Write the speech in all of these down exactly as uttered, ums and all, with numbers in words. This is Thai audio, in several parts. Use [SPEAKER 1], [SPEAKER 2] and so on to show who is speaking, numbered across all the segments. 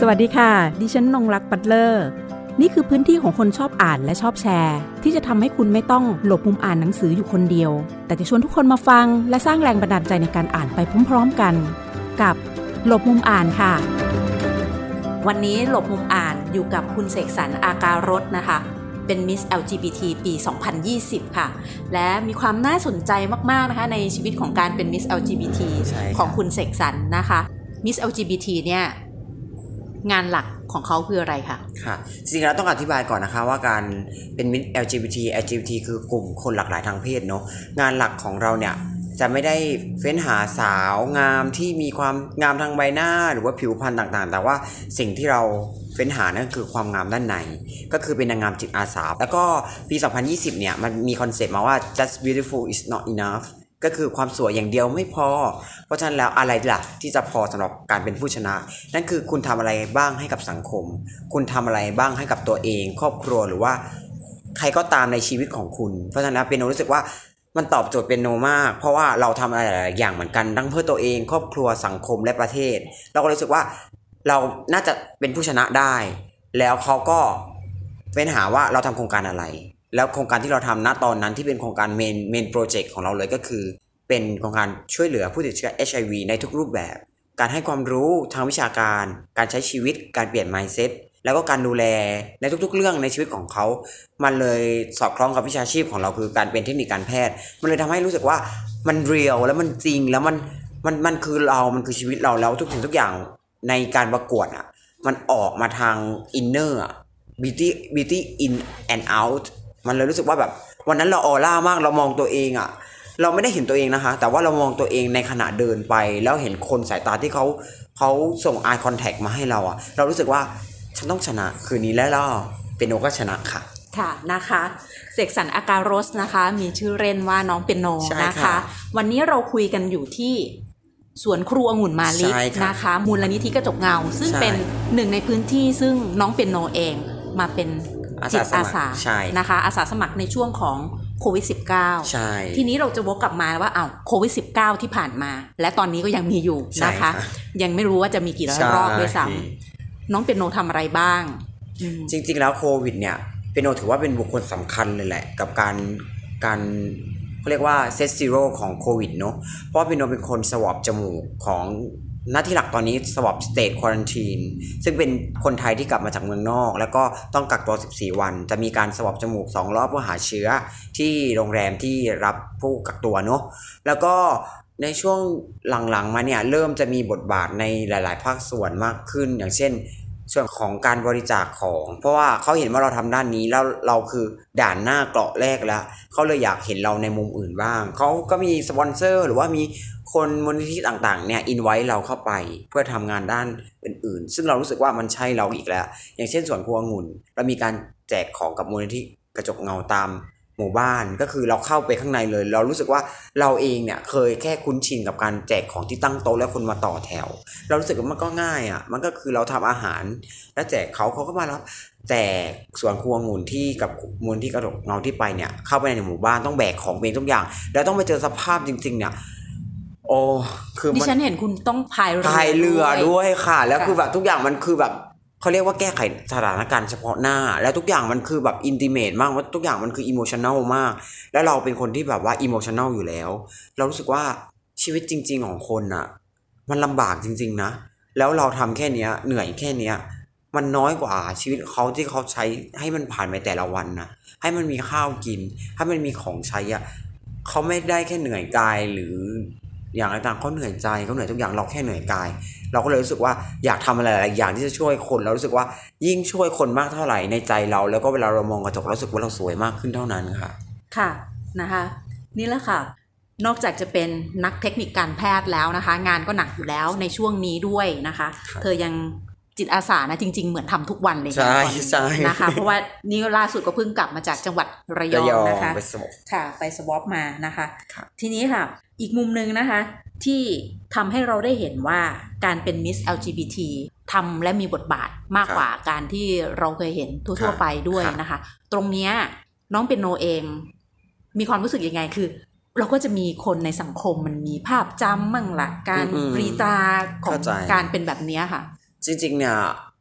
[SPEAKER 1] สวัสดีค่ะดิฉันนงรักปัตเลอร์นี่คือพื้นที่ของคนชอบอ่านและชอบแชร์ที่จะทำให้คุณไม่ต้องหลบมุมอ่านหนังสืออยู่คนเดียวแต่จะชวนทุกคนมาฟังและสร้างแรงบันดาลใจในการอ่านไปพร้อมๆกันกับหลบมุมอ่านค่ะวันนี้หลบมุมอ่านอยู่กับคุณเสกสรรอาการสนะคะเป็น Miss แอล จี บี ที ปี สองพันยี่สิบ ค่ะและมีความน่าสนใจมากๆนะคะในชีวิตของการเป็น Miss แอล จี บี ที ของคุณเสกสรรนะคะ Miss แอล จี บี ที เนี่ยงานหลักของเขาคืออะไรคะ
[SPEAKER 2] ค่ะจริงๆแล้วต้องอธิบายก่อนนะคะว่าการเป็น Miss แอล จี บี ที แอล จี บี ที คือกลุ่มคนหลากหลายทางเพศเนาะงานหลักของเราเนี่ยจะไม่ได้เฟ้นหาสาวงามที่มีความงามทางใบหน้าหรือว่าผิวพรรณต่างๆแต่ว่าสิ่งที่เราเฟ้นหานั่นคือความงามด้านในก็คือเป็นนางงามจิตอาสาแล้วก็ปีสองพันยี่สิบเนี่ยมันมีคอนเซ็ปต์มาว่า just beautiful is not enough ก็คือความสวยอย่างเดียวไม่พอเพราะฉะนั้นแล้วอะไรล่ะที่จะพอสำหรับการเป็นผู้ชนะนั่นคือคุณทำอะไรบ้างให้กับสังคมคุณทำอะไรบ้างให้กับตัวเองครอบครัวหรือว่าใครก็ตามในชีวิตของคุณเพราะฉะนั้นแล้วเปียโนรู้สึกว่ามันตอบโจทย์เปียโนมากเพราะว่าเราทำอะไรหลายอย่างเหมือนกันทั้งเพื่อตัวเองครอบครัวสังคมและประเทศเราก็รู้สึกว่าเราน่าจะเป็นผู้ชนะได้แล้วเขาก็เฟ้นหาว่าเราทำโครงการอะไรแล้วโครงการที่เราทำณตอนนั้นที่เป็นโครงการเมนเมนโปรเจกต์ของเราเลยก็คือเป็นโครงการช่วยเหลือผู้ติดเชื้อ เอช ไอ วี ในทุกรูปแบบการให้ความรู้ทางวิชาการการใช้ชีวิตการเปลี่ยน mindset แล้วก็การดูแลในทุกๆเรื่องในชีวิตของเขามันเลยสอดคล้องกับวิชาชีพของเราคือการเป็นเทคนิคการแพทย์มันเลยทำให้รู้สึกว่ามันเรียลแล้วมันจริงแล้วมันมันมันคือเรามันคือชีวิตเราแล้วทุกสิ่งทุกอย่างในการประกวดอ่ะมันออกมาทางอินเนอร์ beauty beauty in and out มันเลยรู้สึกว่าแบบวันนั้นเราออร่ามากเรามองตัวเองอ่ะเราไม่ได้เห็นตัวเองนะคะแต่ว่าเรามองตัวเองในขณะเดินไปแล้วเห็นคนสายตาที่เขาเขาส่ง eye contact มาให้เราอ่ะเรารู้สึกว่าฉันต้องชนะคืนนี้แล้วล่ะเป็นโนก็ชนะค่ะ
[SPEAKER 1] ค่ะนะคะเสกสรรอาการสนะคะมีชื่อเล่นว่าน้องเป็นโนนะคะวันนี้เราคุยกันอยู่ที่สวนครูองุ่นมาลินะคะมูลนิธิกระจกเงาซึ่งเป็นหนึ่งในพื้นที่ซึ่งน้องเป็นโนเองมาเป็นจิตอาสานะคะอาสาสมัครในช่วงของโควิด สิบเก้า
[SPEAKER 2] ใช่
[SPEAKER 1] ทีนี้เราจะวกกลับมาว่าอ้าวโควิด สิบเก้า ที่ผ่านมาและตอนนี้ก็ยังมีอยู่นะคะยังไม่รู้ว่าจะมีกี่รอบด้วยซ้ำน้องเป็นโนทำอะไรบ้าง
[SPEAKER 2] จริงๆแล้วโควิดเนี่ยเปียโนถือว่าเป็นบุคคลสำคัญเลยแหละกับการการเขาเรียกว่าเซตซีโร่ของโควิดเนาะเพราะเปียโนเป็นคนสวอปจมูกของหน้าที่หลักตอนนี้สวอปสเตทควอรันทีนซึ่งเป็นคนไทยที่กลับมาจากเมืองนอกแล้วก็ต้องกักตัวสิบสี่วันจะมีการสวอปจมูกสองรอบเพื่อหาเชื้อที่โรงแรมที่รับผู้กักตัวเนาะแล้วก็ในช่วงหลังๆมาเนี่ยเริ่มจะมีบทบาทในหลายๆภาคส่วนมากขึ้นอย่างเช่นส่วนของการบริจาคของเพราะว่าเขาเห็นว่าเราทำด้านนี้แล้วเราคือด่านหน้าเกราะแรกแล้วเขาเลยอยากเห็นเราในมุมอื่นบ้างเขาก็มีสปอนเซอร์หรือว่ามีคนมูลนิธิต่างๆเนี่ยอินไว้เราเข้าไปเพื่อทำงานด้านอื่นๆซึ่งเรารู้สึกว่ามันใช่เราอีกแล้วอย่างเช่นสวนครัวองุ่นเรามีการแจกของกับมูลนิธิกระจกเงาตามหมู่บ้านก็คือเราเข้าไปข้างในเลยเรารู้สึกว่าเราเองเนี่ยเคยแค่คุ้นชินกับการแจกของที่ตั้งโต๊ะแล้วคนมาต่อแถวเรารู้สึกว่ามันก็ง่ายอ่ะมันก็คือเราทำอาหารแล้วแจกเขาเขาก็มารับแต่สวนครัวองุ่นที่กับมูลที่กระจกเงาที่ไปเนี่ยเข้าไปในหมู่บ้านต้องแบกของเองทุกอย่างแล้วต้องไปเจอสภาพจริงๆเนี่ยโอ้คือ
[SPEAKER 1] ดิฉันเห็นคุณต้องพายเรือ
[SPEAKER 2] พายเรือด้วยค่ะแล้วคือแบบทุกอย่างมันคือแบบเขาเรียกว่าแก้ไขสถานการณ์เฉพาะหน้าแล้วทุกอย่างมันคือแบบอินทิเมทมากว่าทุกอย่างมันคืออิโมชันแนลมากแล้วเราเป็นคนที่แบบว่าอิโมชันแนลอยู่แล้วเรารู้สึกว่าชีวิตจริงๆของคนอ่ะมันลำบากจริงๆนะแล้วเราทำแค่เนี้ยเหนื่อยแค่เนี้ยมันน้อยกว่าชีวิตเขาที่เขาใช้ให้มันผ่านไปแต่ละวันนะให้มันมีข้าวกินให้มันมีของใช้อ่ะเขาไม่ได้แค่เหนื่อยกายหรืออย่างไรต่างเขาเหนื่อยใจเขาเหนื่อยทุกอย่างเราแค่เหนื่อยกายเราก็เลยรู้สึกว่าอยากทำอะไรหลายอย่างที่จะช่วยคนแล้วรู้สึกว่ายิ่งช่วยคนมากเท่าไหร่ในใจเราแล้วก็เวลาเรามองกระจกรู้สึกว่าเราสวยมากขึ้นเท่านั้นค่ะ
[SPEAKER 1] ค่ะนะคะนี่แหละค่ะนอกจากจะเป็นนักเทคนิคการแพทย์แล้วนะคะงานก็หนักอยู่แล้วในช่วงนี้ด้วยนะคะเธอยังจิตอาสานะจริงๆเหมือนทำทุกวันเลย
[SPEAKER 2] ใช่ใช่
[SPEAKER 1] นะคะเพราะว่านี่ล่าสุดก็เพิ่งกลับมาจากจังหวัดระยองนะคะค่ะไปสวอปมานะคะทีนี้ค่ะอีกมุมนึงนะคะที่ทำให้เราได้เห็นว่าการเป็น Miss แอล จี บี ที ทำและมีบทบาทมากกว่าการที่เราเคยเห็นทั่วๆไปด้วยนะคะตรงนี้น้องเป็นโนเองมีความรู้สึกยังไงคือเราก็จะมีคนในสังคมมันมีภาพจำมั่งละการปรีตาของการเป็นแบบนี้ค่ะ
[SPEAKER 2] จริงๆเนี่ย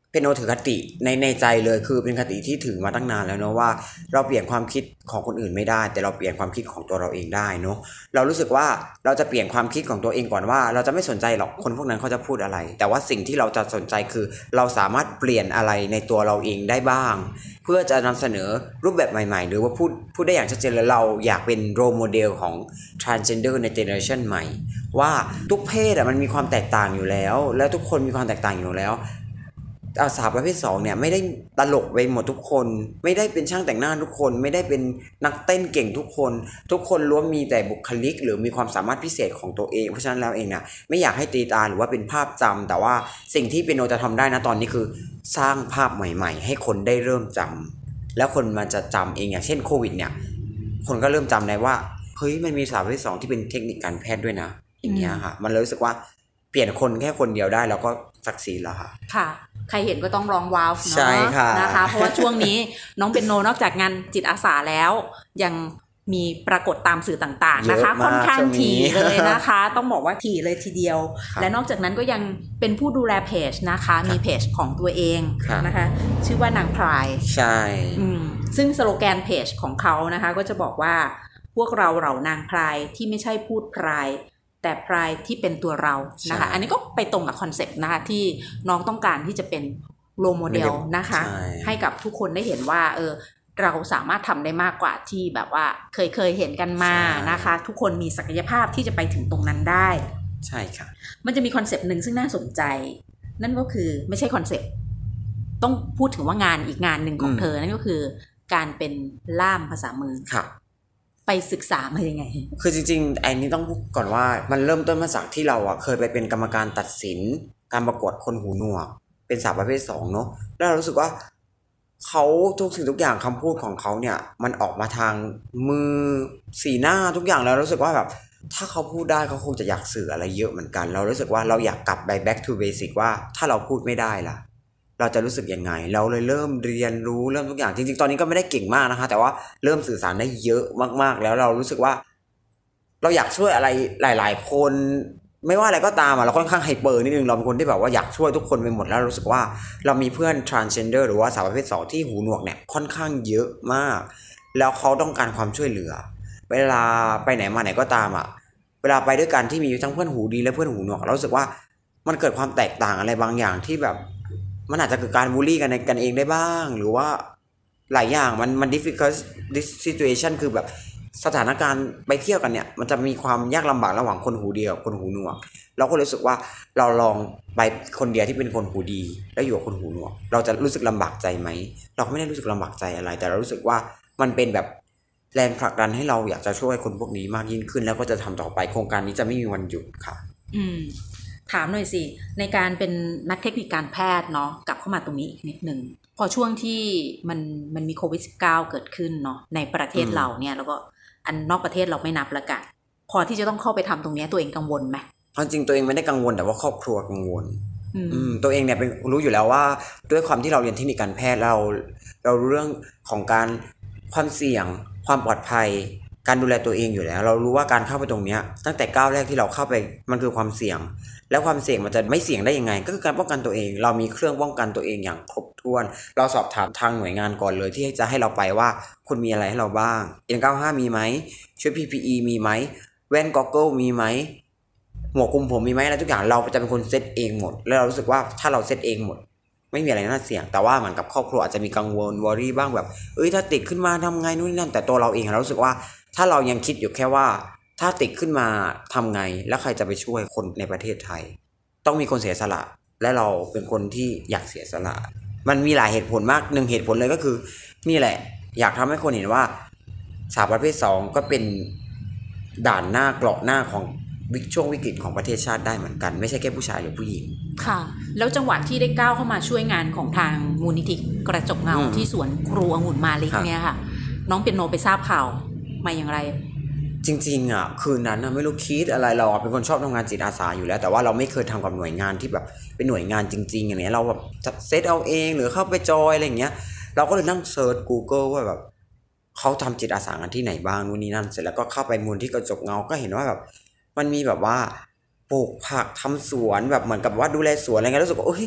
[SPEAKER 2] เป็นโนถือคติในในใจเลยคือเป็นคติที่ถือมาตั้งนานแล้วเนาะว่าเราเปลี่ยนความคิดของคนอื่นไม่ได้แต่เราเปลี่ยนความคิดของตัวเราเองได้เนาะเรารู้สึกว่าเราจะเปลี่ยนความคิดของตัวเองก่อนว่าเราจะไม่สนใจหรอกคนพวกนั้นเขาจะพูดอะไรแต่ว่าสิ่งที่เราจะสนใจคือเราสามารถเปลี่ยนอะไรในตัวเราเองได้บ้างเพื่อจะนำเสนอรูปแบบใหม่ๆหรือว่าพูดพูดได้อย่างชัดเจนเลยเราอยากเป็นโรลโมเดลของ transgender ในเจเนอเรชันใหม่ว่าทุกเพศอ่ะมันมีความแตกต่างอยู่แล้วแล้วทุกคนมีความแตกต่างอยู่แล้วสาวประเภทสองเนี่ยไม่ได้ตลกไปหมดทุกคนไม่ได้เป็นช่างแต่งหน้าทุกคนไม่ได้เป็นนักเต้นเก่งทุกคนทุกคนล้วนมีแต่บุคลิกหรือมีความสามารถพิเศษของตัวเองเพราะฉะนั้นแล้วเองเนี่ยไม่อยากให้ตีตาหรือว่าเป็นภาพจำแต่ว่าสิ่งที่เปียโนจะทำได้นะตอนนี้คือสร้างภาพใหม่ๆให้คนได้เริ่มจำแล้วคนมันจะจำเองอย่างเช่นโควิดเนี่ยคนก็เริ่มจำได้ว่าเฮ้ยมันมีสาวประเภทสองที่เป็นเทคนิคการแพทย์ด้วยนะอย่างเงี้ยค่ะมันเลยรู้สึกว่าเปลี่ยนคนแค่คนเดียวได้แล้วก็สักซีแล้วค่ะ
[SPEAKER 3] ค่ะใครเห็นก็ต้องร้องว้าวเนาะ
[SPEAKER 2] ใช่ค่ะ
[SPEAKER 3] นะคะเพราะว่าช่วงนี้น้องเปียโนนอกจากงานจิตอาสาแล้วยังมีปรากฏตามสื่อต่างๆนะคะค่อนข้างถี่เลยนะคะ ต้องบอกว่าถี่เลยทีเดียวและนอกจากนั้นก็ยังเป็นผู้ดูแลเพจนะคะมีเพจของตัวเองนะคะชื่อว่านางพราย
[SPEAKER 2] ใช่
[SPEAKER 3] ซึ่งสโลแกนเพจของเขานะคะก็จะบอกว่าพวกเราเหล่านางพรายที่ไม่ใช่พูดพรายแต่พรายที่เป็นตัวเรานะคะอันนี้ก็ไปตรงกับคอนเซ็ปต์นะคะที่น้องต้องการที่จะเป็นโรลโมเดลนะคะให้กับทุกคนได้เห็นว่าเออเราสามารถทำได้มากกว่าที่แบบว่าเคยเคยเห็นกันมานะคะทุกคนมีศักยภาพที่จะไปถึงตรงนั้นได้
[SPEAKER 2] ใช่ค่ะ
[SPEAKER 3] มันจะมีคอนเซ็ปต์หนึ่งซึ่งน่าสนใจนั่นก็คือไม่ใช่คอนเซ็ปต์ต้องพูดถึงว่างานอีกงานหนึ่งของเธอนั่นก็คือการเป็นล่ามภาษามือ
[SPEAKER 2] ค่ะ
[SPEAKER 3] ไปศึกษามายังไง
[SPEAKER 2] คือจริงๆไอ้นี้ต้องพูดก่อนว่ามันเริ่มต้นมาจากที่เราอ่ะเคยไปเป็นกรรมการตัดสินการประกวดคนหูหนวกเป็นสาวประเภทสองเนาะแล้วเรารู้สึกว่าเขาทุกสิ่งทุกอย่างคำพูดของเขาเนี่ยมันออกมาทางมือสีหน้าทุกอย่างแล้วรู้สึกว่าแบบถ้าเขาพูดได้เขาคงจะอยากสื่ออะไรเยอะเหมือนกันเรารู้สึกว่าเราอยากกลับไป back to basic ว่าถ้าเราพูดไม่ได้ล่ะเราจะรู้สึกยังไงเราเลยเริ่มเรียนรู้เริ่มทุกอย่างจริงๆตอนนี้ก็ไม่ได้เก่งมากนะคะแต่ว่าเริ่มสื่อสารได้เยอะมากๆแล้วเรารู้สึกว่าเราอยากช่วยอะไรหลายๆคนไม่ว่าอะไรก็ตามอ่ะเราค่อนข้างไฮเปอร์นิดนึงเราเป็นคนที่แบบว่าอยากช่วยทุกคนไปหมดแล้วรู้สึกว่าเรามีเพื่อน transgender หรือว่าสาวประเภทสองที่หูหนวกเนี่ยค่อนข้างเยอะมากแล้วเขาต้องการความช่วยเหลือเวลาไปไหนมาไหนก็ตามอ่ะเวลาไปด้วยกันที่มีทั้งเพื่อนหูดีและเพื่อนหูหนวกเรารู้สึกว่ามันเกิดความแตกต่างอะไรบางอย่างที่แบบมันอาจจะเกิดการบูลลี่กันในกันเองได้บ้างหรือว่าหลายอย่างมันมัน difficult situation คือแบบสถานการณ์ไปเที่ยวกันเนี่ยมันจะมีความยากลำบากระหว่างคนหูดีกับคนหูหนวกเราก็รู้สึกว่าเราลองไปคนเดียวที่เป็นคนหูดีแล้วอยู่กับคนหูหนวกเราจะรู้สึกลำบากใจไหมเราก็ไม่ได้รู้สึกลำบากใจอะไรแต่เรารู้สึกว่ามันเป็นแบบแรงผลักดันให้เราอยากจะช่วยคนพวกนี้มากยิ่งขึ้นแล้วก็จะทำต่อไปโครงการนี้จะไม่มีวันหยุดค่ะ
[SPEAKER 3] อืมถามหน่อยสิในการเป็นนักเทคนิคการแพทย์เนาะกลับเข้ามาตรงนี้อีกนิดนึงพอช่วงที่มันมันมีโควิด สิบเก้า เกิดขึ้นเนาะในประเทศเราเนี่ยแล้วก็อันนอกประเทศเราไม่นับละกันพอที่จะต้องเข้าไปทำตรงนี้ตัวเองกังวลไหม
[SPEAKER 2] จริงตัวเองไม่ได้กังวลแต่ว่าครอบครัวกังวลอืมตัวเองเนี่ยเป็นรู้อยู่แล้วว่าด้วยความที่เราเรียนเทคนิคการแพทย์เราเรารู้เรื่องของการความเสี่ยงความปลอดภัยการดูแลตัวเองอยู่แล้วเรารู้ว่าการเข้าไปตรงนี้ตั้งแต่ก้าวแรกที่เราเข้าไปมันคือความเสี่ยงแล้วความเสี่ยงมันจะไม่เสี่ยงได้ยังไงก็คือการป้องกันตัวเองเรามีเครื่องป้องกันตัวเองอย่างครบถ้วนเราสอบถามทางหน่วยงานก่อนเลยที่จะให้เราไปว่าคุณมีอะไรให้เราบ้าง เอ็น เก้าสิบห้า มีไหมชุด พี พี อี มีไหมแว่นก็อกเกิลมีไหมหัวกลุ่มผมมีไหมอะไรทุกอย่างเราจะเป็นคนเซตเองหมดแล้วเรารู้สึกว่าถ้าเราเซตเองหมดไม่มีอะไรน่าเสี่ยงแต่ว่าเหมือนกับครอบครัวอาจจะมีกังวลวอรี่บ้างแบบเอ้ยถ้าติดขึ้นมาทำไงนู่นนี่นั่นแต่ตัวเราเองเรารู้สึกว่าถ้าเรายังคิดอยู่แค่ว่าถ้าติดขึ้นมาทำไงแล้วใครจะไปช่วยคนในประเทศไทยต้องมีคนเสียสละและเราเป็นคนที่อยากเสียสละมันมีหลายเหตุผลมากหนึ่งเหตุผลเลยก็คือนี่แหละอยากทำให้คนเห็นว่าสาวประเภทสองก็เป็นด่านหน้าเกราะหน้าของช่วงวิกฤตของประเทศชาติได้เหมือนกันไม่ใช่แค่ผู้ชายหรือผู้หญิง
[SPEAKER 3] ค่ะแล้วจังหวะที่ได้ก้าวเข้ามาช่วยงานของทางมูลนิธิกระจกเงาที่สวนครูองุ่นมาลิกเนี่ยค่ะน้องเปียโนไปทราบข่าวมาอย่างไร
[SPEAKER 2] จริงๆอ่ะคืนนั้นไม่รู้คิดอะไรเราเป็นคนชอบทำงานจิตอาสาอยู่แล้วแต่ว่าเราไม่เคยทำกับหน่วยงานที่แบบเป็นหน่วยงานจริงๆอย่างเงี้ยเราแบบเซตเอาเองหรือเข้าไปจอยอะไรอย่างเงี้ยเราก็เลยนั่งเซิร์ช Google ว่าแบบเขาทำจิตอาสากันที่ไหนบ้างนู่นนี่นั่นเสร็จแล้วก็เข้าไปมูลที่กระจกเงาก็เห็นว่าแบบมันมีแบบว่าปลูกผักทำสวนแบบเหมือนกับว่าดูแลสวนอะไรเงี้ยรู้สึกว่าเอ้ย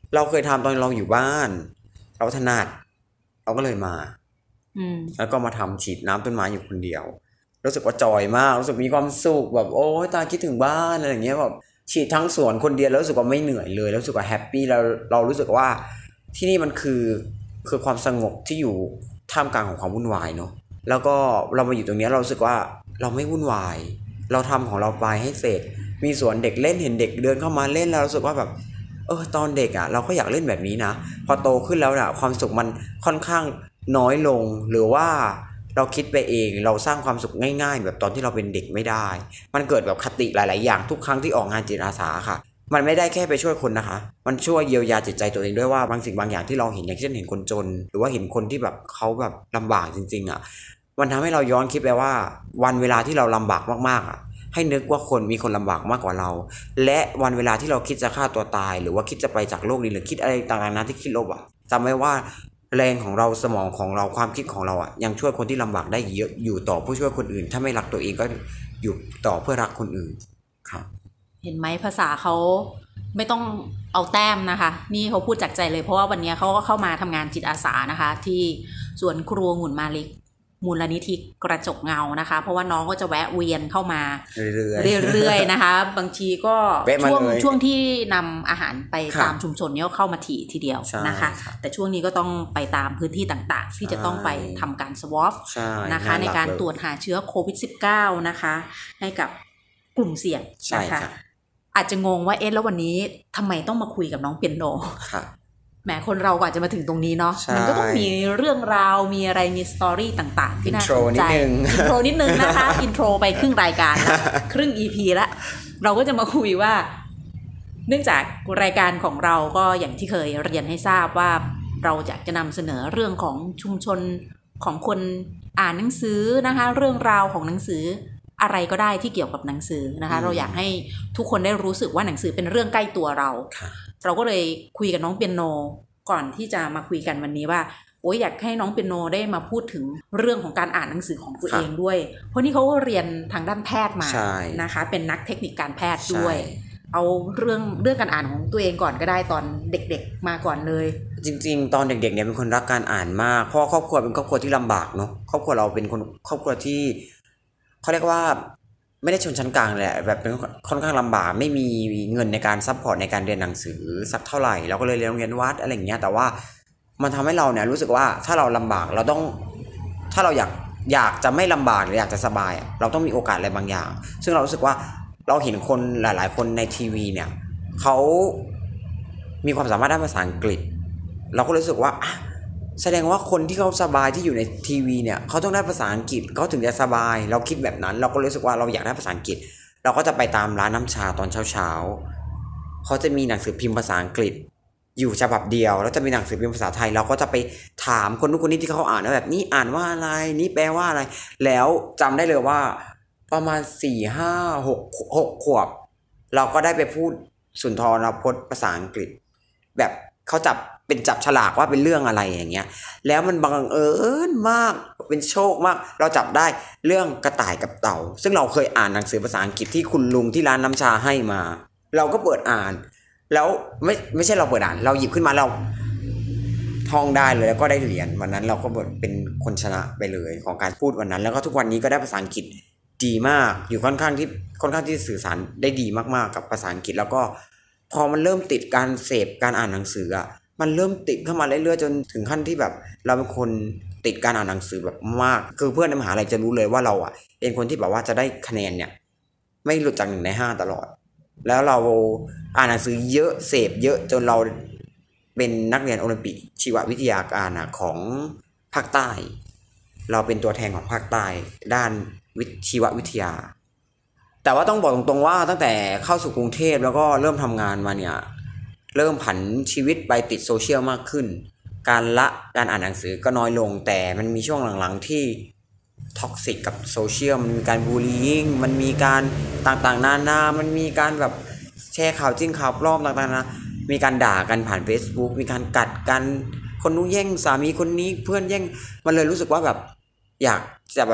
[SPEAKER 2] เราเคยทำตอนเราอยู่บ้านเราถนัดเราก็เลยมา
[SPEAKER 3] อืม
[SPEAKER 2] แล้วก็มาทำฉีดน้ำต้นไม้อยู่คนเดียวรู้สึกว่าจอยมากรู้สึกมีความสุขแบบโอ้ยตาคิดถึงบ้านอะไรอย่างเงี้ยแบบฉีดทั้งสวนคนเดียวแล้วรู้สึกว่าไม่เหนื่อยเลยแล้วรู้สึกว่าแฮปปี้เราเรารู้สึกว่าที่นี่มันคือคือความสงบที่อยู่ท่ามกลางของความวุ่นวายเนาะแล้วก็เรามาอยู่ตรงนี้เรารู้สึกว่าเราไม่วุ่นวายเราทำของเราไปให้เสร็จมีสวนเด็กเล่นเห็นเด็กเดินเข้ามาเล่นแล้วรู้สึกว่าแบบเออตอนเด็กอ่ะเราก็อยากเล่นแบบนี้นะพอโตขึ้นแล้วน่ะความสุขมันค่อนข้างน้อยลงหรือว่าเราคิดไปเองเราสร้างความสุขง่ายๆแบบตอนที่เราเป็นเด็กไม่ได้มันเกิดแบบคติหลายๆอย่างทุกครั้งที่ออกงานจิตอาสาค่ะมันไม่ได้แค่ไปช่วยคนนะคะมันช่วยเยียวยาจิตใจตัวเองด้วยว่าบางสิ่งบางอย่างที่เราเห็นอย่างเช่นเห็นคนจนหรือว่าเห็นคนที่แบบเขาแบบลำบากจริงๆอ่ะมันทำให้เราย้อนคิดไปว่าวันเวลาที่เราลำบากมากๆอ่ะให้นึกว่าคนมีคนลำบากมากกว่าเราและวันเวลาที่เราคิดจะฆ่าตัวตายหรือว่าคิดจะไปจากโลกนี้หรือคิดอะไรต่างๆนั้นที่คิดลบอ่ะจำไว้ว่าแรงของเราสมองของเราความคิดของเราอ่ะยังช่วยคนที่ลำบากได้เยอะอยู่ต่อเพื่อช่วยคนอื่นถ้าไม่รักตัวเองก็อยู่ต่อเพื่อรักคนอื่นครับ
[SPEAKER 3] เห็นไหมภาษาเขาไม่ต้องเอาแต้มนะคะนี่เขาพูดจากใจเลยเพราะว่าวันนี้เขาก็เข้ามาทำงานจิตอาสานะคะที่สวนครัวองุ่นมาลิกมูลนิธิกระจกเงานะคะเพราะว่าน้องก็จะแวะเวียนเข้ามาเรื่อยๆนะคะบางทีก็ช่วงช่วงที่นำอาหารไปตามชุมชนเนี่ยเข้ามาถี่ทีเดียวนะคะแต่ช่วงนี้ก็ต้องไปตามพื้นที่ต่างๆที่จะต้องไปทำการสวอปนะคะในการตรวจหาเชื้อโควิด สิบเก้า นะคะให้กับกลุ่มเสี่ยงนะคะอาจจะงงว่าเอ๊ะแล้ววันนี้ทำไมต้องมาคุยกับน้องเปียโนแหมคนเราก็อาจจะมาถึงตรงนี้เนาะมันก็ต้องมีเรื่องราวมีอะไรมีสตอรี่ต่างๆที่น่าสนใจอินโทรนิดนึงนะคะอินโทรไปครึ่งรายการแล้วครึ่ง อี พี แล้วเราก็จะมาคุยว่าเนื่องจากรายการของเราก็อย่างที่เคยเรียนให้ทราบว่าเราอยากจะนำเสนอเรื่องของชุมชนของคนอ่านหนังสือนะคะเรื่องราวของหนังสืออะไรก็ได้ที่เกี่ยวกับหนังสือนะคะเราอยากให้ทุกคนได้รู้สึกว่าหนังสือเป็นเรื่องใกล้ตัวเราเราก็เลยคุยกับน้องเปียโนก่อนที่จะมาคุยกันวันนี้ว่าโอ้ยอยากให้น้องเปียโนได้มาพูดถึงเรื่องของการอ่านหนังสือของตัวเองด้วยเพราะนี่เขาก็เรียนทางด้านแพทย์มานะคะเป็นนักเทคนิคการแพทย์ด้วยเอาเรื่องเรื่องการอ่านของตัวเองก่อนก็ได้ตอนเด็กๆมาก่อนเลย
[SPEAKER 2] จริงๆตอนเด็กๆเนี่ยเป็นคนรักการอ่านมากเพราะครอบครัวเป็นครอบครัวที่ลำบากเนาะครอบครัวเราเป็นคนครอบครัวที่เขาเรียกว่าไม่ได้ชนชั้นกลางแหละแบบเป็นค่อนข้างลำบากไม่มีเงินในการซัพพอร์ตในการเรียนหนังสือสักเท่าไหร่เราก็เลยเรียนโรงเรียนวัดอะไรอย่างเงี้ยแต่ว่ามันทำให้เราเนี่ยรู้สึกว่าถ้าเราลำบากเราต้องถ้าเราอยากอยากจะไม่ลำบากหรืออยากจะสบายเราต้องมีโอกาสอะไรบางอย่างซึ่งเรารู้สึกว่าเราเห็นคนหลายๆคนในทีวีเนี่ยเขามีความสามารถด้านภาษาอังกฤษเราก็รู้สึกว่าแสดงว่าคนที่เขาสบายที่อยู่ในทีวีเนี่ยเขาต้องได้ภาษาอังกฤษเขาถึงจะสบายเราคิดแบบนั้นเราก็รู้สึกว่าเราอยากได้ภาษาอังกฤษเราก็จะไปตามร้านน้ำชาตอนเช้าๆเขาจะมีหนังสือพิมพ์ภาษาอังกฤษอยู่ฉบับเดียวแล้วจะมีหนังสือพิมพ์ภาษาไทยเราก็จะไปถามคนนู้นคนนี้ที่เขาอ่านว่าแบบนี้อ่านว่าอะไรนี่แปลว่าอะไรแล้วจำได้เลยว่าประมาณสี่ห้าหกหกขวบเราก็ได้ไปพูดสุนทรพจน์ภาษาอังกฤษแบบเขาจับเป็นจับฉลากว่าเป็นเรื่องอะไรอย่างเงี้ยแล้วมันบังเอิญมากเป็นโชคมากเราจับได้เรื่องกระต่ายกับเต่าซึ่งเราเคยอ่านหนังสือภาษาอังกฤษที่คุณลุงที่ร้านน้ำชาให้มาเราก็เปิดอ่านแล้วไม่ไม่ใช่เราเปิดอ่านเราหยิบขึ้นมาเราท่องได้เลยแล้วก็ได้เหรียญวันนั้นเราก็เป็นคนชนะไปเลยของการพูดวันนั้นแล้วก็ทุกวันนี้ก็ได้ภาษาอังกฤษดีมากอยู่ค่อนข้างที่ค่อนข้างที่สื่อสารได้ดีมากๆกับภาษาอังกฤษแล้วก็พอมันเริ่มติดการเสพการอ่านหนังสืออ่ะมันเริ่มติดเข้ามาเรื่อยๆจนถึงขั้นที่แบบเราเป็นคนติดการอ่านหนังสือแบบมากคือเพื่อนในมหาลัยจะรู้เลยว่าเราอ่ะเป็นคนที่แบบว่าจะได้คะแนนเนี่ยไม่หลุดจากหนึ่งในห้าตลอดแล้วเราอ่านหนังสือเยอะเสพเยอะจนเราเป็นนักเรียนโอลิมปิกชีววิทยาการของภาคใต้เราเป็นตัวแทนของภาคใต้ด้านชีววิทยาแต่ว่าต้องบอกตรงๆว่าตั้งแต่เข้าสู่กรุงเทพแล้วก็เริ่มทำงานมาเนี่ยเริ่มผันชีวิตไปติดโซเชียลมากขึ้นการละการอ่านหนังสือก็น้อยลงแต่มันมีช่วงหลังๆที่ท็อกซิกกับโซเชียลมันมีการบูลลี่มันมีการต่างๆนานามันมีการแบบแชร์ข่าวจริงข่าวปลอมต่างๆนะมีการด่ากันผ่าน Facebook มีการกัดกันคนนู้นแย่งสามีคนนี้เพื่อนแย่งมันเลยรู้สึกว่าแบบอยากจะแบบ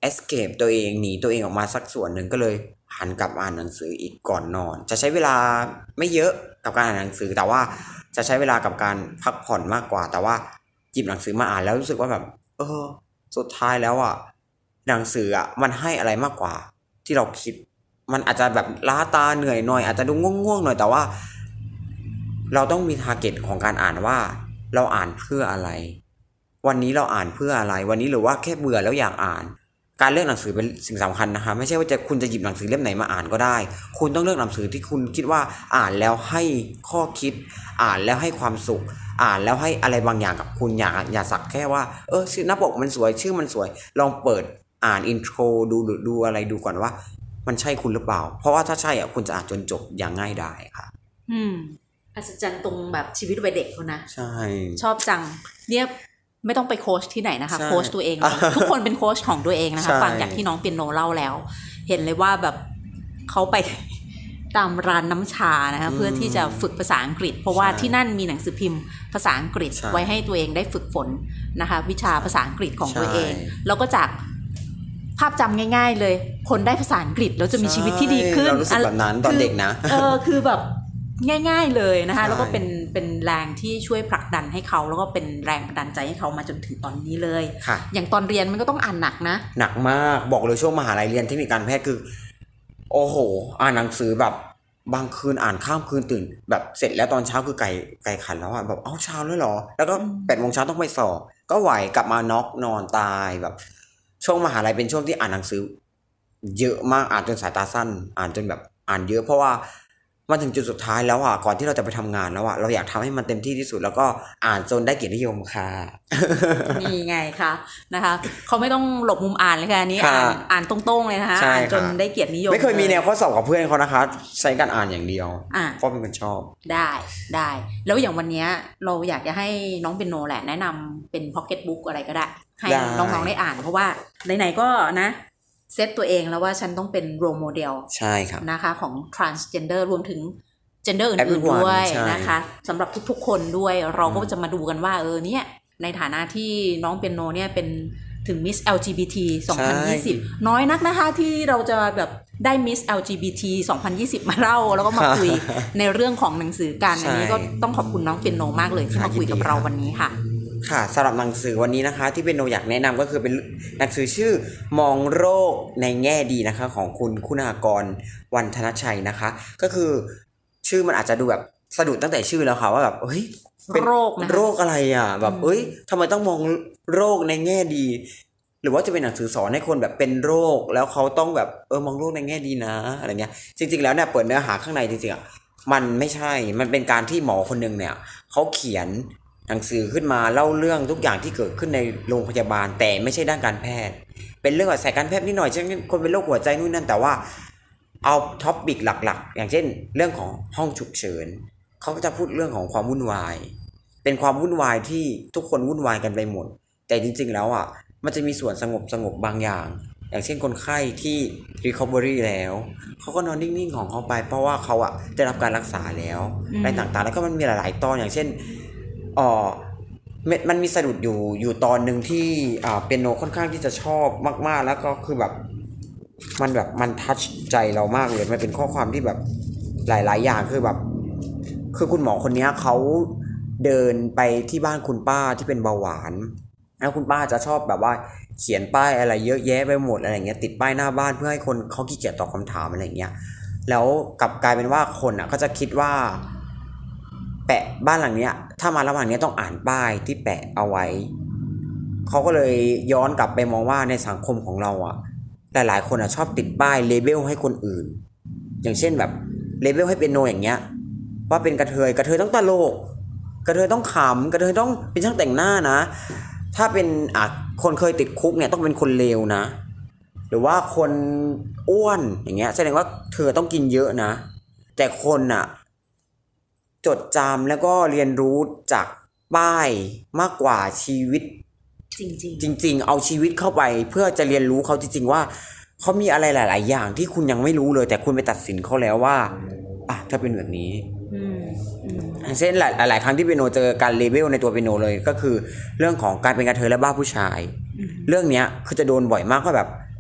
[SPEAKER 2] escape ตัวเองหนีตัวเองออกมาสักส่วนหนึ่งก็เลยหันกลับอ่านหนังสืออีกก่อนนอนจะใช้เวลาไม่เยอะกับการอ่านหนังสือแต่ว่าจะใช้เวลากับการพักผ่อนมากกว่าแต่ว่าหยิบหนังสือมาอ่านแล้วรู้สึกว่าแบบเออสุดท้ายแล้วอ่ะหนังสืออ่ะมันให้อะไรมากกว่าที่เราคิดมันอาจจะแบบล้าตาเหนื่อยหน่อยอาจจะดูง่วงๆหน่อยแต่ว่าเราต้องมีทาร์เก็ตของการอ่านว่าเราอ่านเพื่ออะไรวันนี้เราอ่านเพื่ออะไรวันนี้หรือว่าแค่เบื่อแล้วอยากอ่านการเลือกหนังสือเป็นสิ่งสำคัญนะคะไม่ใช่ว่าจะคุณจะหยิบหนังสือเล่มไหนมาอ่านก็ได้คุณต้องเลือกหนังสือที่คุณคิดว่าอ่านแล้วให้ข้อคิดอ่านแล้วให้ความสุขอ่านแล้วให้อะไรบางอย่างกับคุณอย่าอย่าสักแค่ว่าเออชื่อหน้าปกมันสวยชื่อมันสวยลองเปิดอ่านอินโทรดูหรือดูอะไรดูก่อนว่ามันใช่คุณหรือเปล่าเพราะว่าถ้าใช่อ่ะคุณจะอ่านจนจบอย่างง่ายดายค่ะ
[SPEAKER 3] อืมอัศจรรย์ตรงแบบชีวิตวัยเด็กเขานะ
[SPEAKER 2] ใช่
[SPEAKER 3] ชอบจังเนี่ยไม่ต้องไปโค้ชที่ไหนนะคะโค้ชตัวเองเลยทุกคนเป็นโค้ชของตัวเองนะคะฟังจากที่น้องเปียโนเล่าแล้วเห็นเลยว่าแบบเขาไปตามร้านน้ำชานะคะเพื่อที่จะฝึกภาษาอังกฤษเพราะว่าที่นั่นมีหนังสือพิมพ์ภาษาอังกฤษไว้ให้ตัวเองได้ฝึกฝนนะคะวิชาภาษาอังกฤษของตัวเองแล้วก็จากภาพจำง่ายๆเลยคนได้ภาษาอังกฤษแล้วจะมีชีวิตที่ดีขึ้น
[SPEAKER 2] เรารู้สึกแบบนั้นตอนเด็กนะ
[SPEAKER 3] เออคือแบบง่ายๆเลยนะคะแล้วก็เป็นเป็นแรงที่ช่วยผลักดันให้เขาแล้วก็เป็นแรงบันดาลใจให้เขามาจนถึงตอนนี้เลยอย่างตอนเรียนมันก็ต้องอ่านหนักนะ
[SPEAKER 2] หนักมากบอกเลยช่วงมหาลัยเรียนเทคนิคการแพทย์คือโอ้โหอ่านหนังสือแบบบางคืนอ่านข้ามคืนตื่นแบบเสร็จแล้วตอนเช้าคือไก่ไก่ขันแล้วอ่ะแบบเอ้าเช้าแล้วเหรอแล้วก็แปดโมงเช้าต้องไปสอบก็ไหวกลับมาน็อกนอนตายแบบช่วงมหาลัยเป็นช่วงที่อ่านหนังสือเยอะมากอ่านจนสายตาสั้นอ่านจนแบบอ่านเยอะเพราะว่ามาถึงจุดสุดท้ายแล้วอ่ะก่อนที่เราจะไปทำงานแล้วอ่ะเราอยากทำให้มันเต็มที่ที่สุดแล้วก็อ่านจนได้เกียรตินิยมค่ะ
[SPEAKER 3] นี่ไงคะนะคะเขาไม่ต้องหลบมุมอ่านเลยค่ะอันนี้อ่านอ่านตรงๆเลยนะคะอ่านจนได้เกียรตินิยม
[SPEAKER 2] ไม่เคยมีแนวข้อสอบกับเพื่อนเขานะคะใช้การอ่านอย่างเดียวเพราะเป็นคนชอบ
[SPEAKER 3] ได้ได้แล้วอย่างวันนี้เราอยากจะให้น้องเปียโนแหละแนะนำเป็นพ็อกเก็ตบุ๊กอะไรก็ได้ให้น้องๆได้อ่านเพราะว่าไหนๆก็นะเซตตัวเองแล้วว่าฉันต้องเป็นโรลโมเดล
[SPEAKER 2] ใช่ครับ
[SPEAKER 3] นะคะของ transgender รวมถึง gender อื่นๆด้วยนะคะสำหรับทุกๆคนด้วยเราก็จะมาดูกันว่าเออเนี่ยในฐานะที่น้องเปียโนเนี่ยเป็นถึง Miss แอล จี บี ที สองพันยี่สิบน้อยนักนะคะที่เราจะแบบได้ Miss แอล จี บี ที สองพันยี่สิบมาเล่าแล้วก็มาคุยในเรื่องของหนังสือกันอันนี้ก็ต้องขอบคุณน้องเปียโนมากเลยที่มาคุยกับเราวันนี้ค่ะ
[SPEAKER 2] ค่ะสำหรับหนังสือวันนี้นะคะที่เป็นโนอยากแนะนำก็คือเป็นหนังสือชื่อมองโรคในแง่ดีนะคะของคุณคุณากรวรรณธนชัยนะคะก็คือชื่อมันอาจจะดูแบบสะดุดตั้งแต่ชื่อแล้วค่ะว่าแบบเฮ้ย
[SPEAKER 3] เป็นโรคนะ
[SPEAKER 2] โรคอะไรอ่ะแบบเอ้ยทำไมต้องมองโรคในแง่ดีหรือว่าจะเป็นหนังสือสอนให้คนแบบเป็นโรคแล้วเขาต้องแบบเออมองโรคในแง่ดีนะอะไรเงี้ยจริงๆแล้วเนี่ยเปิดเนื้อหาข้างในจริงๆอ่ะมันไม่ใช่มันเป็นการที่หมอคนนึงเนี่ยเขาเขียนหนังสือขึ้นมาเล่าเรื่องทุกอย่างที่เกิดขึ้นในโรงพยาบาลแต่ไม่ใช่ด้านการแพทย์เป็นเรื่องแบบสายการแพทย์นิดหน่อยเช่นคนเป็นโรคหัวใจนู่นนั่นแต่ว่าเอาท็อปปิกหลักๆอย่างเช่นเรื่องของห้องฉุกเฉินเขาก็จะพูดเรื่องของความวุ่นวายเป็นความวุ่นวายที่ทุกคนวุ่นวายกันไปหมดแต่จริงๆแล้วอ่ะมันจะมีส่วนสงบสงบบางอย่างอย่างเช่นคนไข้ที่ recovery แล้วเขาก็นอนนิ่งๆของเขาไปเพราะว่าเขาอ่ะได้รับการรักษาแล้วอะไรต่างๆแล้วก็มันมีหลายๆตอนอย่างเช่นอ๋อมันมีสะดุดอยู่อยู่ตอนนึงที่อ่าเปียโนค่อนข้างที่จะชอบมากๆแล้วก็คือแบบมันแบบมันทัชใจเรามากเลยมันเป็นข้อความที่แบบหลายๆอย่างคือแบบคือคุณหมอคนนี้เขาเดินไปที่บ้านคุณป้าที่เป็นเบาหวานแล้วคุณป้าจะชอบแบบว่าเขียนป้ายอะไรเยอะแยะไปหมดอะไรเงี้ยติดป้ายหน้าบ้านเพื่อให้คนเขาขี้เกียจตอบคำถามอะไรเงี้ยแล้วกลับกลายเป็นว่าคนอ่ะก็จะคิดว่าแปะบ้านหลังเนี้ยถ้ามาระหว่างนี้ต้องอ่านป้ายที่แปะเอาไว้เขาก็เลยย้อนกลับไปมองว่าในสังคมของเราอ่ะหลายๆคนอ่ะชอบติดป้ายเลเบลให้คนอื่นอย่างเช่นแบบเลเบลให้เป็นโนอย่างเงี้ยว่าเป็นกระเทยกระเทยต้องตลกกระเทยต้องขำกระเทยต้องเป็นช่างแต่งหน้านะถ้าเป็นอ่ะคนเคยติดคุกเนี่ยต้องเป็นคนเลวนะหรือว่าคนอ้วนอย่างเงี้ยแสดงว่าเธอต้องกินเยอะนะแต่คนอ่ะจดจำแล้วก็เรียนรู้จากป้ายมากกว่าชีวิต
[SPEAKER 3] จริงๆ
[SPEAKER 2] จริงๆเอาชีวิตเข้าไปเพื่อจะเรียนรู้เขาจริงๆว่าเขามีอะไรหลายๆอย่างที่คุณยังไม่รู้เลยแต่คุณไปตัดสินเขาแล้วว่าอ่ะถ้าเป็นแบบนี้เช่นหลายหลายครั้งที่เปียโนเจอการเลเบลในตัวเปียโนเลยก็คือเรื่องของการเป็นกระเทยและบ้าผู้ชายเรื่องนี้คือจะโดนบ่อยมากว่าแบบ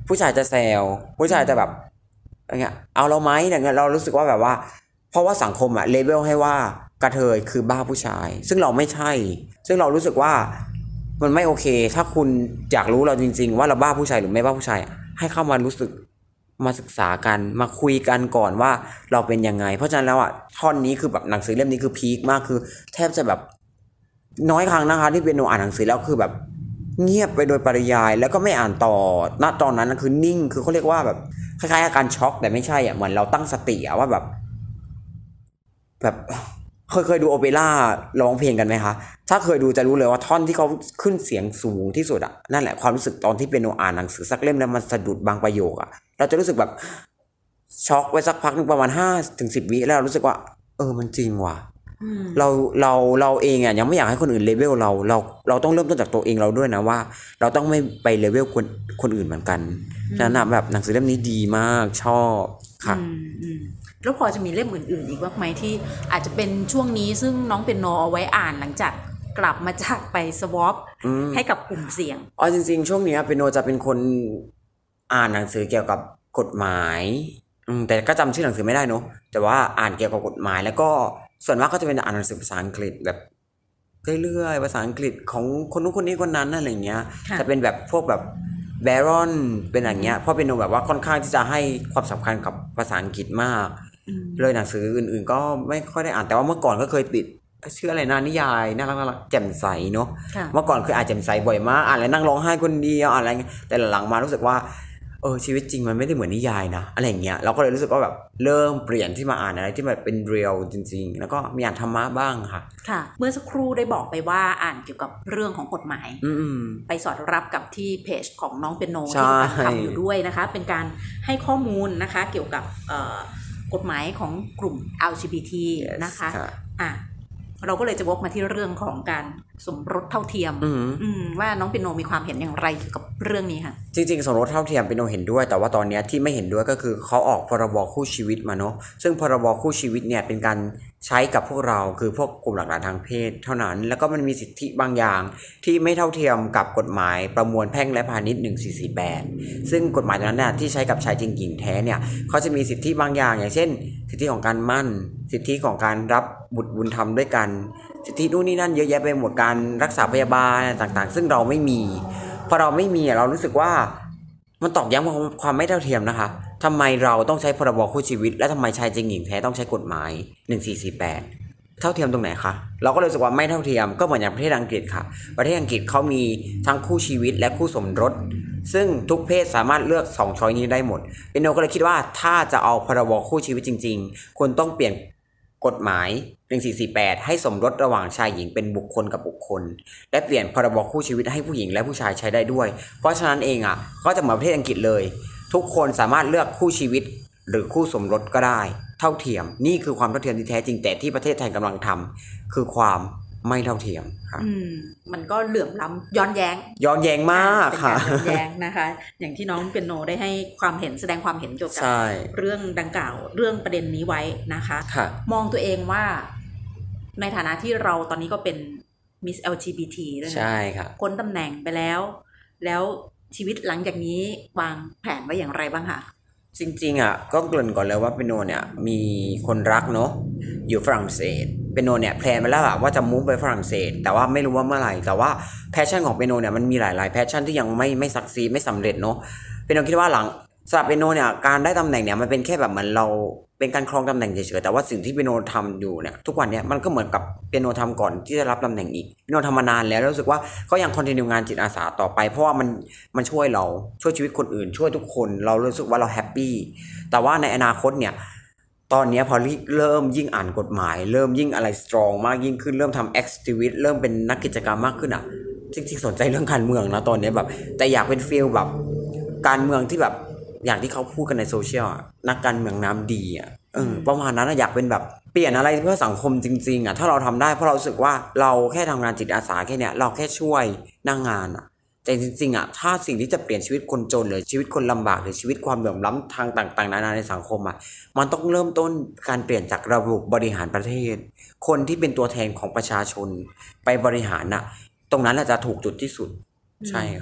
[SPEAKER 2] ผู้ชายจะแซวผู้ชายจะแบบอย่างเงี้ยเอาเราไหมอย่างเงี้ยเรารู้สึกว่าแบบว่าเพราะว่าสังคมอะเลเวลให้ว่ากระเทยคือบ้าผู้ชายซึ่งเราไม่ใช่ซึ่งเรารู้สึกว่ามันไม่โอเคถ้าคุณอยากรู้เราจริงๆว่าเราบ้าผู้ชายหรือไม่บ้าผู้ชายให้เข้ามารู้สึกมาศึกษากันมาคุยกันก่อนว่าเราเป็นยังไงเพราะฉะนั้นแล้วอ่ะท่อนนี้คือแบบหนังสือเล่มนี้คือพีคมากคือแทบจะแบบน้อยครั้งนะคะที่เป็นโนอ่านหนังสือแล้วคือแบบเงียบไปโดยปริยายแล้วก็ไม่อ่านต่อณตอนนั้นคือนิ่งคือเขาเรียกว่าแบบคล้ายๆอาการช็อกแต่ไม่ใช่อ่ะเหมือนเราตั้งสติอ่ะว่าแบบแบบเคยเคยดูโอเปร่าร้องเพลงกันไหมคะถ้าเคยดูจะรู้เลยว่าท่อนที่เขาขึ้นเสียงสูงที่สุดอ่ะนั่นแหละความรู้สึกตอนที่เป็นโนอ่านหนังสือสักเล่มแล้วมันสะดุดบางประโยคอ่ะเราจะรู้สึกแบบช็อกไว้สักพักนึงประมาณห้าถึงสิบวิแล้วเรารู้สึกว่าเออมันจริงว่ะเราเราเราเองอ่ะยังไม่อยากให้คนอื่นเลเวลเราเราเราต้องเริ่มต้นจากตัวเองเราด้วยนะว่าเราต้องไม่ไปเลเวลคนคนอื่นเหมือนกันฉะนั้นแบบหนังสือเล่มนี้ดีมากชอบค่ะ
[SPEAKER 3] แล้วพอจะมีเล่มอื่นๆอีกบ้างไหมที่อาจจะเป็นช่วงนี้ซึ่งน้องเป็นโนเอาไว้อ่านหลังจากกลับมาจากไปสวอปให้กับกลุ่มเสี่ยง
[SPEAKER 2] อ๋อจริงๆช่วงนี้เป็นโนจะเป็นคนอ่านหนังสือเกี่ยวกับกฎหมายแต่ก็จำชื่อหนังสือไม่ได้เนอะแต่ว่าอ่านเกี่ยวกับกฎหมายแล้วก็ส่วนมากก็จะเป็นอ่านหนังสือภาษาอังกฤษแบบเรื่อยๆภาษาอังกฤษของคนนู้นคนนี้คนนั้นอะไรเงี้ยจะเป็นแบบพวกแบบแบรอนเป็นอย่างเงี้ยเพราะเป็นโนแบบว่าค่อนข้างที่จะให้ความสำคัญกับภาษาอังกฤษมากเลยหนังสืออื่นๆก็ไม่ค่อยได้อ่านแต่ว่าเมื่อก่อนก็เคยติดชื่ออะไรนะนิยายน่ารักน่ารักแจ่มใสเนาะเมื่อก่อนเคยอ่านแจ่มใสบ่อยมากอ่านแล้วนั่งร้องไห้คนเดียวอ่านอะไรแต่หลังๆมารู้สึกว่าเออชีวิตจริงมันไม่ได้เหมือนนิยายนะอะไรอย่างเงี้ยเราก็เลยรู้สึกว่าแบบเริ่มเปลี่ยนที่มาอ่านอะไรที่มันเป็นเรียลจริงๆแล้วก็มีอ่านธรรมะบ้างค่ะ
[SPEAKER 3] ค่ะเมื่อสักครู่ได้บอกไปว่าอ่านเกี่ยวกับเรื่องของกฎหมายไปสอดรับกับที่เพจของน้องเปียโนที่ทำอยู่ด้วยนะคะเป็นการให้ข้อมูลนะคะเกี่ยวกับกฎหมายของกลุ่ม แอล จี บี ที yes, นะคะอ่ะเราก็เลยจะวกมาที่เรื่องของการสมรสเท่าเทียมว่าน้องเปียโนมีความเห็นอย่างไรเกี่ยวกับเรื่องนี้ค่ะ
[SPEAKER 2] จริงๆสมรสเท่าเทียมเปียโนเห็นด้วยแต่ว่าตอนนี้ที่ไม่เห็นด้วยก็คือเขาออกพรบคู่ชีวิตมาเนาะซึ่งพรบคู่ชีวิตเนี่ยเป็นการใช้กับพวกเราคือพวกกลุ่มหลากหลายทางเพศเท่านั้นแล้วก็มันมีสิทธิบางอย่างที่ไม่เท่าเทียมกับกฎหมายประมวลแพ่งและพาณิชย์หนึ่งสี่สี่แปดซึ่งกฎหมายนั้นน่ะที่ใช้กับชายจริงหญิงแท้เนี่ยเขาจะมีสิทธิบางอย่างอย่างเช่นสิทธิของการมั่นสิทธิของการรับบุตรบุญธรรมด้วยกันสิทธินู่นนี่นั่นเยอะแยะไปหมดการรักษาพยาบาลต่างๆซึ่งเราไม่มีพอเราไม่มีเรารู้สึกว่ามันตอกย้ำความไม่เท่าเทียมนะคะทำไมเราต้องใช้พรบคู่ชีวิตและทำไมชายจริงหญิงแท้ต้องใช้กฎหมายหนึ่งสี่สี่แปดเท่าเทียมตรงไหนคะเราก็เลยรู้สึกว่าไม่เท่าเทียมก็เหมือนอย่างประเทศอังกฤษค่ะประเทศอังกฤษเขามีทั้งคู่ชีวิตและคู่สมรสซึ่งทุกเพศสามารถเลือกสองช้อยนี้ได้หมดเป็นโนก็เลยคิดว่าถ้าจะเอาพรบคู่ชีวิตจริงๆควรต้องเปลี่ยนกฎหมายหนึ่งสี่สี่แปดให้สมรสระหว่างชายหญิงเป็นบุคคลกับบุคคลและเปลี่ยนพรบคู่ชีวิตให้ผู้หญิงและผู้ชายใช้ได้ด้วยเพราะฉะนั้นเองอ่ะก็จะเหมือนประเทศอังกฤษเลยทุกคนสามารถเลือกคู่ชีวิตหรือคู่สมรสก็ได้เท่าเทียมนี่คือความเท่าเทียมที่แท้จริงแต่ที่ประเทศไทยกำลังทำคือความไม่เท่าเทียมครับ
[SPEAKER 3] อืมมันก็เหลื่อมล้ำย้อนแย้ง
[SPEAKER 2] ย้อนแย้งมากค่ะ
[SPEAKER 3] ย้อนแย้งนะคะอย่างที่น้องเปียโนได้ให้ความเห็นแสดงความเห็นเกี่ยวกับเรื่องดังกล่าวเรื่องประเด็นนี้ไว้นะคะมองตัวเองว่าในฐานะที่เราตอนนี้ก็เป็น มิส แอล จี บี ที ด้วยนะ
[SPEAKER 2] ใช่ครับ
[SPEAKER 3] พ้นตำแหน่งไปแล้วแล้วชีวิตหลังจากนี้วางแผนไว้อย่างไรบ้างคะ
[SPEAKER 2] จริงๆอ่ะก็เกริ่นก่อนเลยว่าเปียโนเนี่ยมีคนรักเนาะอยู่ฝรั่งเศสเปียโนเนี่ยแพลนไปแล้วล่ะว่าจะมุ่งไปฝรั่งเศสแต่ว่าไม่รู้ว่าเมื่อไหร่แต่ว่าแพชชั่นของเปียโนเนี่ยมันมีหลายๆแพชชั่นที่ยังไม่ไม่สักซีดไม่สำเร็จเนาะเปียโนคิดว่าหลังสำหรับเปียโนเนี่ยการได้ตำแหน่งเนี่ยมันเป็นแค่แบบเหมือนเราเป็นการครองตำแหน่งเฉยๆแต่ว่าสิ่งที่เปียโนทำอยู่เนี่ยทุกวันเนี่ยมันก็เหมือนกับเปียโนทำก่อนที่จะรับตำแหน่งอีกเปียโนทำมานานแล้วรู้สึกว่าก็ยังคอนทินิวงานจิตอาสาต่อไปเพราะว่ามันมันช่วยเราช่วยชีวิตคนอื่นช่วยทุกคนเรารู้สึกว่าเราแฮปปี้แต่ว่าในอนาคตเนี่ยตอนนี้พอเริ่มยิ่งอ่านกฎหมายเริ่มยิ่งอะไรสตรองมากยิ่งขึ้นเริ่มทำแอคทิวิตี้เริ่มเป็นนักกิจกรรมมากขึ้นอ่ะจริงๆสนใจเรื่องการเมืองนะตอนนี้แบบแต่อยากเป็นฟีลแบบการเมืองที่แบบอย่างที่เขาพูดกันในโซเชียลนักการเมืองน้ำดีอ่ะเออประมาณนั้นอยากเป็นแบบเปลี่ยนอะไรเพื่อสังคมจริงๆอ่ะถ้าเราทำได้เพราะเรารู้สึกว่าเราแค่ทำงานจิตอาสาแค่เนี้ยเราแค่ช่วยหน้างานอ่ะแต่จริงๆอ่ะถ้าสิ่งที่จะเปลี่ยนชีวิตคนจนหรือชีวิตคนลำบากหรือชีวิตความเหลื่อมล้ำทางต่างๆนานาในสังคมอ่ะมันต้องเริ่มต้นการเปลี่ยนจากระบบบริหารประเทศคนที่เป็นตัวแทนของประชาชนไปบริหารน่ะตรงนั้นจะถูกจุดที่สุดใช่ค่ะ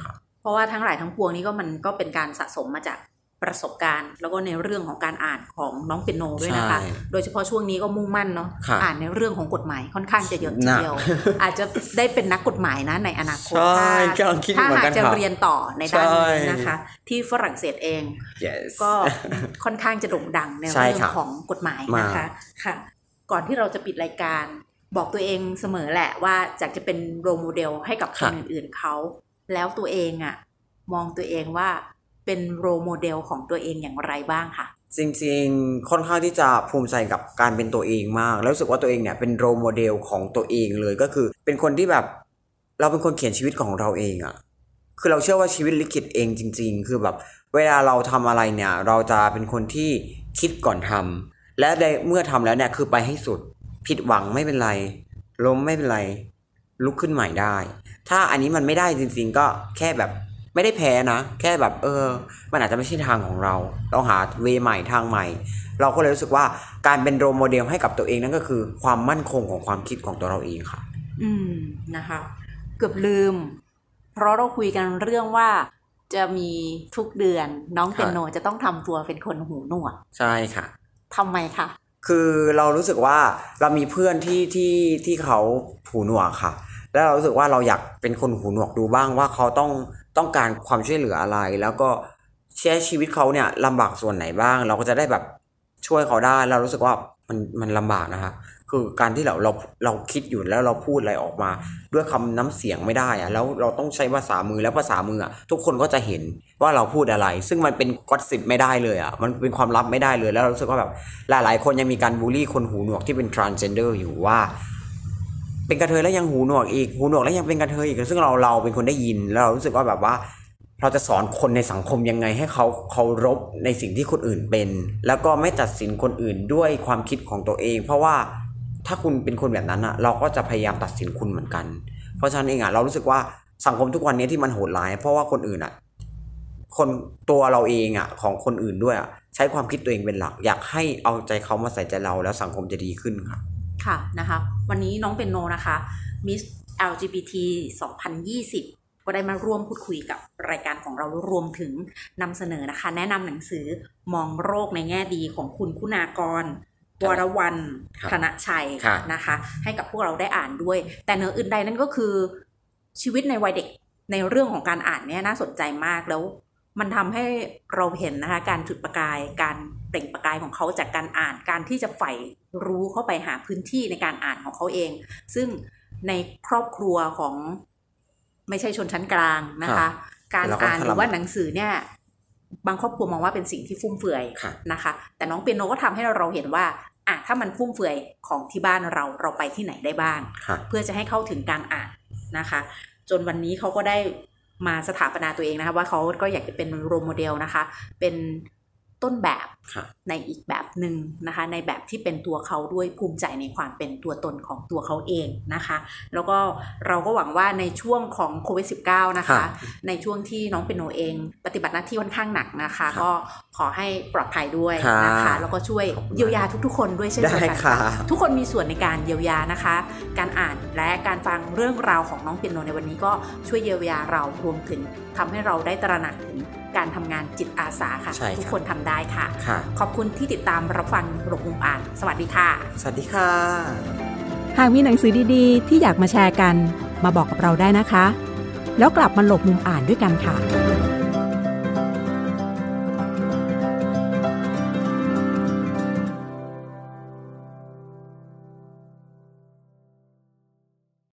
[SPEAKER 3] เพราะว่าทั้งหลายทั้งปวงนี้ก็มันก็เป็นการสะสมมาจากประสบการณ์แล้วก็ในเรื่องของการอ่านของน้องเปียโนด้วยนะคะโดยเฉพาะช่วงนี้ก็มุ่งมั่นเนาะอ่านในเรื่องของกฎหมายค่อนข้างจะเยอะทีเดียวอาจจะได้เป็นนักกฎหมายนะในอนาคตถ้าถ้าหากจะเรียนต่อในด้านนี้นะคะที่ฝรั่งเศสเอง
[SPEAKER 2] yes.
[SPEAKER 3] ก็ค่อนข้างจะโด่งดังในเรื่องของกฎหมายนะคะค่ะก่อนที่เราจะปิดรายการบอกตัวเองเสมอแหละว่าอยากจะเป็นโรลโมเดลให้กับคนอื่นๆเขาแล้วตัวเองอ่ะมองตัวเองว่าเป็นโรลโมเดลของตัวเองอย่างไรบ้างค่ะ
[SPEAKER 2] จริงๆค่อนข้างที่จะภูมิใจกับการเป็นตัวเองมากแล้วรู้สึกว่าตัวเองเนี่ยเป็นโรลโมเดลของตัวเองเลยก็คือเป็นคนที่แบบเราเป็นคนเขียนชีวิตของเราเองอ่ะคือเราเชื่อว่าชีวิตลิขิตเองจริงๆคือแบบเวลาเราทำอะไรเนี่ยเราจะเป็นคนที่คิดก่อนทำและได้เมื่อทำแล้วเนี่ยคือไปให้สุดผิดหวังไม่เป็นไรล้มไม่เป็นไรลุกขึ้นใหม่ได้ถ้าอันนี้มันไม่ได้จริงๆก็แค่แบบไม่ได้แพ้นะแค่แบบเออมันอาจจะไม่ใช่ทางของเราต้องหาเวใหม่ทางใหม่เราก็เลยรู้สึกว่าการเป็นโรลโมเดลให้กับตัวเองนั่นก็คือความมั่นคงของความคิดของตัวเราเองค่ะ
[SPEAKER 3] อืมนะคะเกือบลืมเพราะเราคุยกันเรื่องว่าจะมีทุกเดือนน้องเปียโนจะต้องทำตัวเป็นคนหูหนวก
[SPEAKER 2] ใช่ค่ะ
[SPEAKER 3] ทำไมคะ
[SPEAKER 2] คือเรารู้สึกว่าเรามีเพื่อนที่ที่ที่เขาหูหนวกค่ะแล้วเรารู้สึกว่าเราอยากเป็นคนหูหนวกดูบ้างว่าเขาต้องต้องการความช่วยเหลืออะไรแล้วก็ใช้ชีวิตเขาเนี่ยลำบากส่วนไหนบ้างเราก็จะได้แบบช่วยเขาได้เรารู้สึกว่ามันมันลำบากนะคะคือการที่เราเราเราคิดอยู่แล้วเราพูดอะไรออกมาด้วยคำน้ำเสียงไม่ได้อะแล้วเราต้องใช้ภาษามือแล้วภาษามืออะทุกคนก็จะเห็นว่าเราพูดอะไรซึ่งมันเป็นก็อสซิปไม่ได้เลยอะมันเป็นความลับไม่ได้เลยแล้วเรารู้สึกว่าแบบหลายๆคนยังมีการบูลลี่คนหูหนวกที่เป็น transgender อยู่ว่าเป็นกระเทยแล้วยังหูหนวกอีกหูหนวกแล้วยังเป็นกระเทยอีกซึ่งเราเราเป็นคนได้ยินแล้วเรารู้สึกว่าแบบว่าเราจะสอนคนในสังคมยังไงให้เขาเคารพในสิ่งที่คนอื่นเป็นแล้วก็ไม่ตัดสินคนอื่นด้วยความคิดของตัวเองเพราะว่าถ้าคุณเป็นคนแบบนั้นอะเราก็จะพยายามตัดสินคุณเหมือนกันเพราะฉะนั้นเองอะเรารู้สึกว่าสังคมทุกวันนี้ที่มันโหดร้ายเพราะว่าคนอื่นอะคนตัวเราเองอะของคนอื่นด้วยอะใช้ความคิดตัวเองเป็นหลักอยากให้เอาใจเขามาใส่ใจเราแล้วสังคมจะดีขึ้นค่ะ
[SPEAKER 3] ค่ะนะคะวันนี้น้องเปียโนนะคะ Miss แอล จี บี ที สองพันยี่สิบก็ได้มาร่วมพูดคุยกับรายการของเรารวมถึงนำเสนอนะคะแนะนำหนังสือมองโรคในแง่ดีของคุณคุณากรวรวรรณธนชัยนะคะให้กับพวกเราได้อ่านด้วยแต่เหนืออื่นใดนั่นก็คือชีวิตในวัยเด็กในเรื่องของการอ่านเนี่ยน่าสนใจมากแล้วมันทำให้เราเห็นนะคะการจุดประกายการเปล่งประกายของเขาจากการอ่านการที่จะใฝ่รู้เข้าไปหาพื้นที่ในการอ่านของเขาเองซึ่งในครอบครัวของไม่ใช่ชนชั้นกลางนะคะการอ่านหรือว่าหนังสือเนี่ยบางครอบครัวมองว่าเป็นสิ่งที่ฟุ่มเฟือยนะคะแต่น้องเปียโนก็ทำให้เราเห็นว่าอ่ะถ้ามันฟุ่มเฟือยของที่บ้านเราเราไปที่ไหนได้บ้างเพื่อจะให้เข้าถึงการอ่านนะคะจนวันนี้เขาก็ได้มาสถาปนาตัวเองนะคะว่าเขาก็อยากจะเป็นโรลโมเดลนะคะเป็นต้นแบบในอีกแบบหนึ่งนะคะในแบบที่เป็นตัวเขาด้วยภูมิใจในความเป็นตัวตนของตัวเขาเองนะคะแล้วก็เราก็หวังว่าในช่วงของโควิด สิบเก้า นะคะในช่วงที่น้องเปียโนเองปฏิบัติหน้าที่ค่อนข้างหนักนะคะก็ขอให้ปลอดภัยด้วยนะคะแล้วก็ช่วยเยียวยาทุกๆคนด้วยเช่นเดียวกันทุกคนมีส่วนในการเยียวยานะคะการอ่านและการฟังเรื่องราวของน้องเปียโนในวันนี้ก็ช่วยเยียวยาเรารวมถึงทำให้เราได้ตระหนักถึงการทำงานจิตอาสาค่ะทุกคนทำได้ค่ะขอบคุณที่ติดตามรับฟังหลบมุมอ่านสวัสดีค่ะ
[SPEAKER 2] สวัสดีค่ะ
[SPEAKER 1] หากมีหนังสือดีๆที่อยากมาแชร์กันมาบอกกับเราได้นะคะแล้วกลับมาหลบมุมอ่านด้วยกันค่ะ